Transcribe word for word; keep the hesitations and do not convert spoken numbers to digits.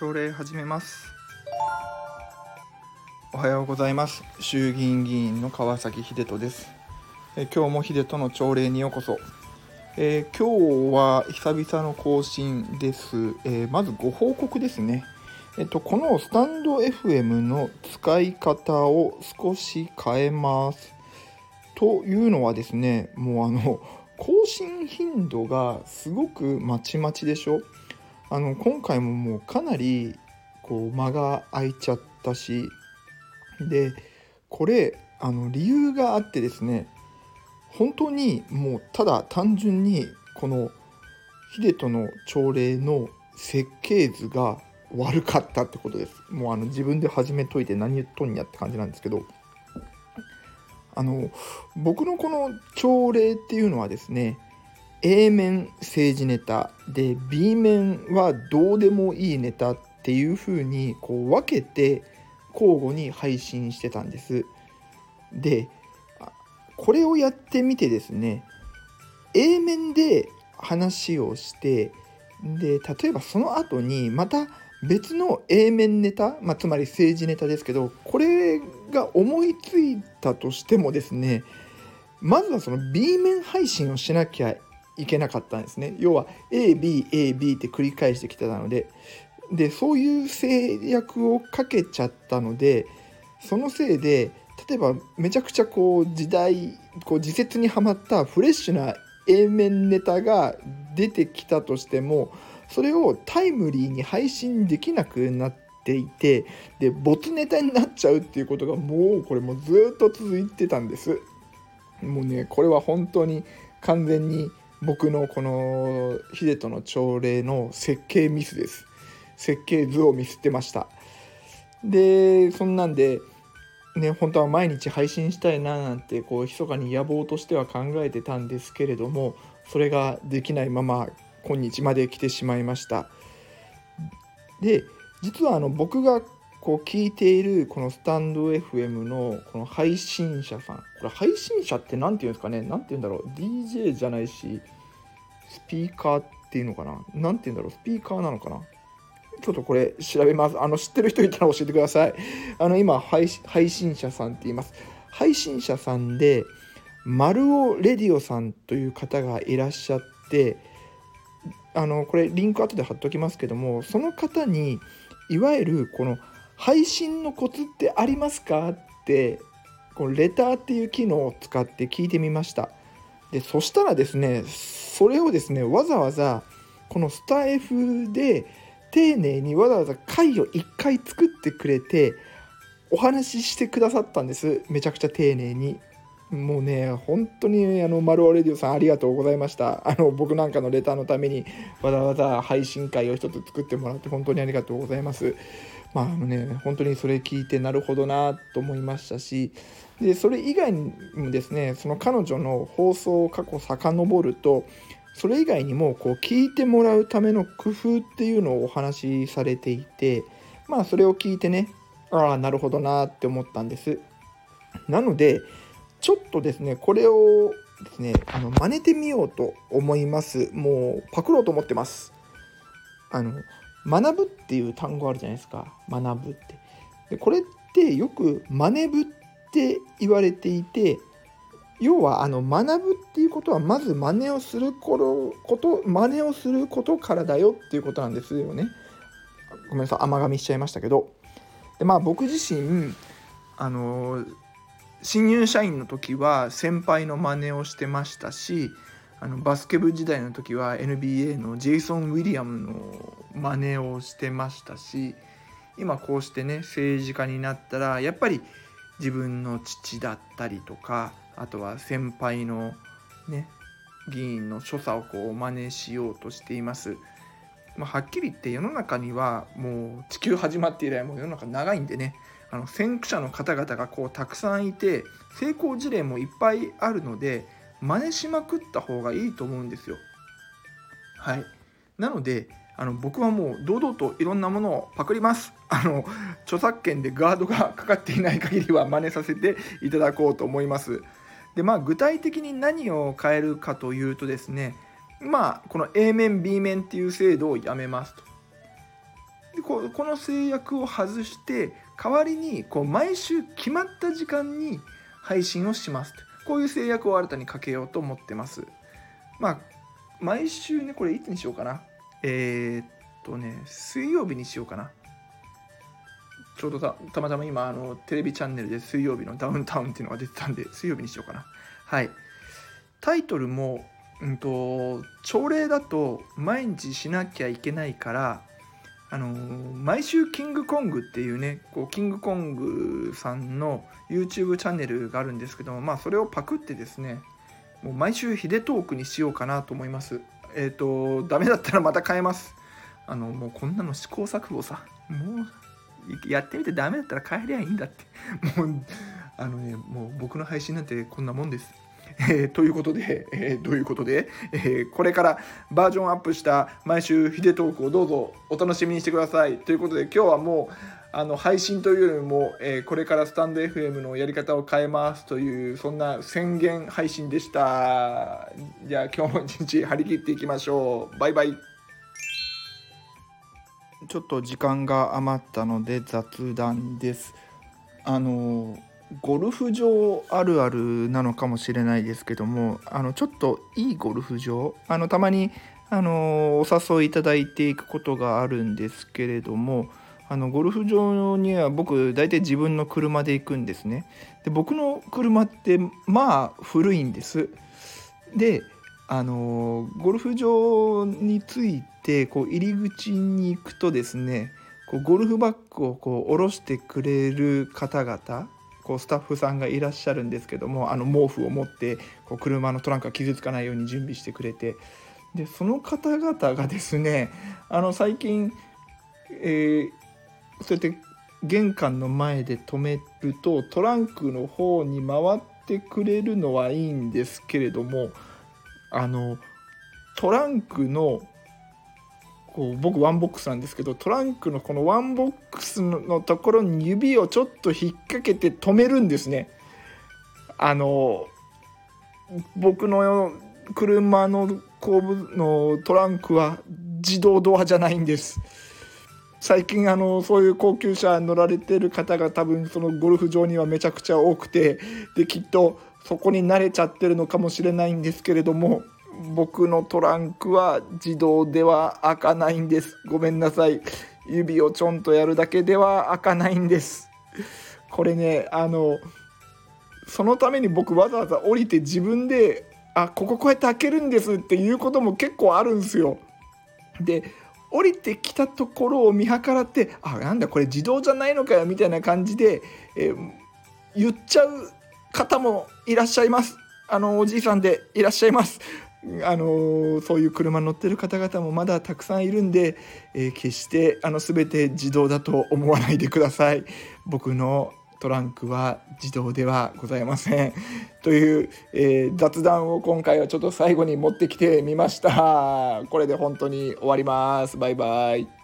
朝礼始めます。おはようございます。衆議院議員の川崎秀人です。え今日も秀人の朝礼にようこそ。えー、今日は久々の更新です。えー、まずご報告ですね。えっと、このスタンド エフエム の使い方を少し変えます。というのはですね、もうあの更新頻度がすごくまちまちでしょ。あの今回ももうかなりこう間が空いちゃったし、でこれあの理由があってですね、本当にもうただ単純にこの秀人の朝礼の設計図が悪かったってことです。もうあの自分で始めといて何言っとんやって感じなんですけど、あの僕のこの朝礼っていうのはですね、A 面政治ネタで B 面はどうでもいいネタっていう風にこう分けて交互に配信してたんです。でこれをやってみてですね、 A 面で話をして、で例えばその後にまた別の A 面ネタ、まあ、つまり政治ネタですけど、これが思いついたとしてもですね、まずはその B 面配信をしなきゃいけなかったんですね。要は エービーエービー って繰り返してきてたので、でそういう制約をかけちゃったので、そのせいで例えばめちゃくちゃこう時代こう時節にはまったフレッシュな A 面ネタが出てきたとしても、それをタイムリーに配信できなくなっていて、で没ネタになっちゃうっていうことがもうこれもずっと続いてたんです。もうね、これは本当に完全に僕のこの秀人の朝礼の設計ミスです。設計図をミスってました。でそんなんでね、本当は毎日配信したいななんてこう密かに野望としては考えてたんですけれども、それができないまま今日まで来てしまいました。で実はあの僕がこう聞いているこのスタンド エフエム のこの配信者さん、これ配信者って何て言うんですかね、何て言うんだろう、 ディージェー じゃないしスピーカーっていうのかな、何て言うんだろう、スピーカーなのかな、ちょっとこれ調べます。あの知ってる人いたら教えてください。あの今配配信者さんって言います。配信者さんでマルオレディオさんという方がいらっしゃって、あのこれリンク後で貼っときますけども、その方にいわゆるこの配信のコツってありますかってこのレターっていう機能を使って聞いてみました。でそしたらですね、それをですねわざわざこのスタイフで丁寧にわざわざ回をいっかい作ってくれてお話ししてくださったんです。めちゃくちゃ丁寧に。もうね本当にあのマルオレディオさんありがとうございました。あの僕なんかのレターのためにわざわざ配信会を一つ作ってもらって本当にありがとうございます。まああのね本当にそれ聞いてなるほどなと思いましたし、でそれ以外にもですね、その彼女の放送を過去遡ると、それ以外にもこう聞いてもらうための工夫っていうのをお話しされていて、まあそれを聞いてね、ああなるほどなって思ったんです。なのでちょっとですねこれをですねあの真似てみようと思います。もうパクろうと思ってます。あの学ぶっていう単語あるじゃないですか。学ぶって、でこれってよく真似ぶって言われていて、要はあの学ぶっていうことはまず真似をすること真似をすることからだよっていうことなんですよね。ごめんなさい、甘噛みしちゃいましたけど、でまあ僕自身あの新入社員の時は先輩の真似をしてましたし、あのバスケ部時代の時は エヌビーエー のジェイソン・ウィリアムの真似をしてましたし、今こうしてね政治家になったらやっぱり自分の父だったりとか、あとは先輩のね議員の所作をこう真似しようとしています。まあ、はっきり言って世の中にはもう地球始まって以来もう世の中長いんでね、あの先駆者の方々がこうたくさんいて成功事例もいっぱいあるので真似しまくった方がいいと思うんですよ。はい。なのであの僕はもう堂々といろんなものをパクります。あの著作権でガードがかかっていない限りは真似させていただこうと思います。でまあ具体的に何を変えるかというとですね、まあこの A 面 B 面っていう制度をやめますと。 でここの制約を外して代わりにこう毎週決まった時間に配信をします。こういう制約を新たにかけようと思ってます。まあ毎週ね、これいつにしようかな。えー、っとね水曜日にしようかな。ちょうど た, たまたま今あのテレビチャンネルで水曜日のダウンタウンっていうのが出てたんで、水曜日にしようかな。はい。タイトルも、うんと、朝礼だと毎日しなきゃいけないから、あのー、毎週キングコングっていうね、こうキングコングさんの YouTube チャンネルがあるんですけども、まあそれをパクってですね、もう毎週ヒデトークにしようかなと思います。えっとダメだったらまた変えます。あのもうこんなの試行錯誤さ、もうやってみてダメだったら変えりゃいいんだって。もうあのね、もう僕の配信なんてこんなもんです。えー、ということで、えー、どういうことで、えー、これからバージョンアップした毎週ヒデトークをどうぞお楽しみにしてください。ということで今日はもうあの配信というよりも、えー、これからスタンド エフエム のやり方を変えますというそんな宣言配信でした。じゃあ今日も一日張り切っていきましょう。バイバイ。ちょっと時間が余ったので雑談です。あのゴルフ場あるあるなのかもしれないですけども、あのちょっといいゴルフ場、あのたまにあのお誘いいただいていくことがあるんですけれども、あのゴルフ場には僕大体自分の車で行くんですね。で僕の車ってまあ古いんです。であのゴルフ場に着いてこう入り口に行くとですね、こうゴルフバッグをこう下ろしてくれる方々、こうスタッフさんがいらっしゃるんですけども、あの毛布を持ってこう車のトランクが傷つかないように準備してくれて、でその方々がですね、あの最近、えー、そうやって玄関の前で止めるとトランクの方に回ってくれるのはいいんですけれども、あのトランクのこう僕ワンボックスなんですけど、トランクのこのワンボックスのところに指をちょっと引っ掛けて止めるんですね。あの僕の車の後部のトランクは自動ドアじゃないんです。最近あのそういう高級車乗られてる方が多分そのゴルフ場にはめちゃくちゃ多くて、できっとそこに慣れちゃってるのかもしれないんですけれども、僕のトランクは自動では開かないんです。ごめんなさい。指をちょんとやるだけでは開かないんです。これね、あのそのために僕わざわざ降りて自分であこここうやって開けるんですっていうことも結構あるんですよ。で降りてきたところを見計らって、あなんだこれ自動じゃないのかよみたいな感じで、えー、言っちゃう方もいらっしゃいます。あのおじいさんでいらっしゃいます。あのそういう車乗ってる方々もまだたくさんいるんで、えー、決してあの全て自動だと思わないでください。僕のトランクは自動ではございません。という、えー、雑談を今回はちょっと最後に持ってきてみました。これで本当に終わります。バイバイ。